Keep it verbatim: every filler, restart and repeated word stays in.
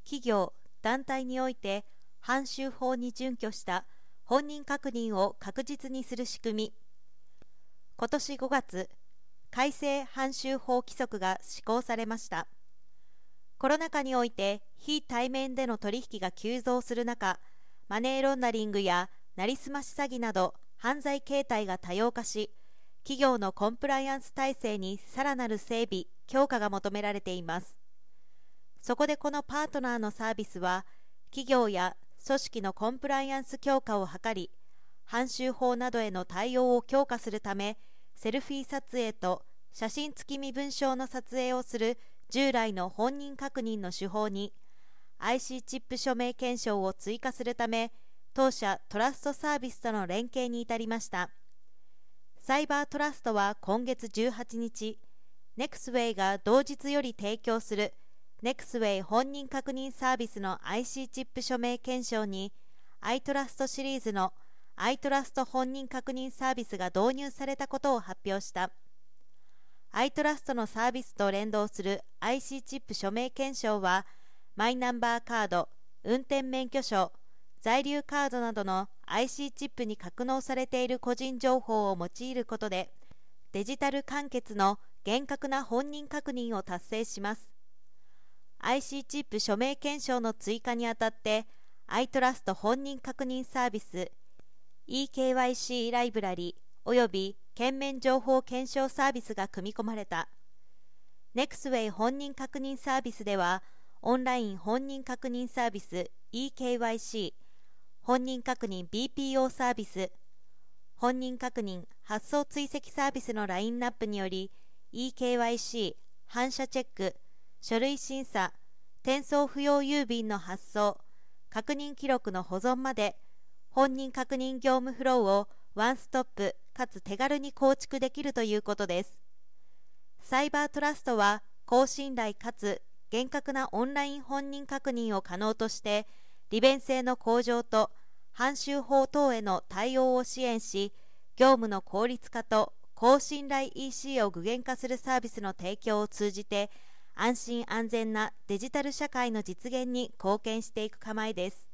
企業・団体において慣習法に準拠した本人確認を確実にする仕組み。今年ごがつ、改正慣習法規則が施行されました。コロナ禍において非対面での取引が急増する中、マネーロンダリングやなりすまし詐欺など犯罪形態が多様化し、企業のコンプライアンス体制にさらなる整備・強化が求められています。そこでこのパートナーのサービスは、企業や組織のコンプライアンス強化を図り、慣習法などへの対応を強化するため、セルフィー撮影と写真付き身分証の撮影をする従来の本人確認の手法に アイシー チップ署名検証を追加するため、当社トラストサービスとの連携に至りました。サイバートラストは今月じゅうはちにち、ネクスウェイが同日より提供するネクスウェイ本人確認サービスの アイシー チップ署名検証に iTrust シリーズの iTrust 本人確認サービスが導入されたことを発表した。iTrust のサービスと連動する アイシー チップ署名検証は、マイナンバーカード、運転免許証、在留カードなどの アイシー チップに格納されている個人情報を用いることで、デジタル完結の厳格な本人確認を達成します。アイシー チップ署名検証の追加にあたって、iTrust 本人確認サービス、イーケーワイシー ライブラリおよび券面情報検証サービスが組み込まれた。ネクスウェイ本人確認サービスでは、オンライン本人確認サービス イーケーワイシー、本人確認 ビーピーオー サービス、本人確認発送追跡サービスのラインナップにより、イーケーワイシー、反射チェック、書類審査、転送不要郵便の発送、確認記録の保存まで、本人確認業務フローをワンストップかつ手軽に構築できるということです。サイバートラストは、高信頼かつ厳格なオンライン本人確認を可能として、利便性の向上と慣習法等への対応を支援し、業務の効率化と高信頼 イーシー を具現化するサービスの提供を通じて、安心安全なデジタル社会の実現に貢献していく構えです。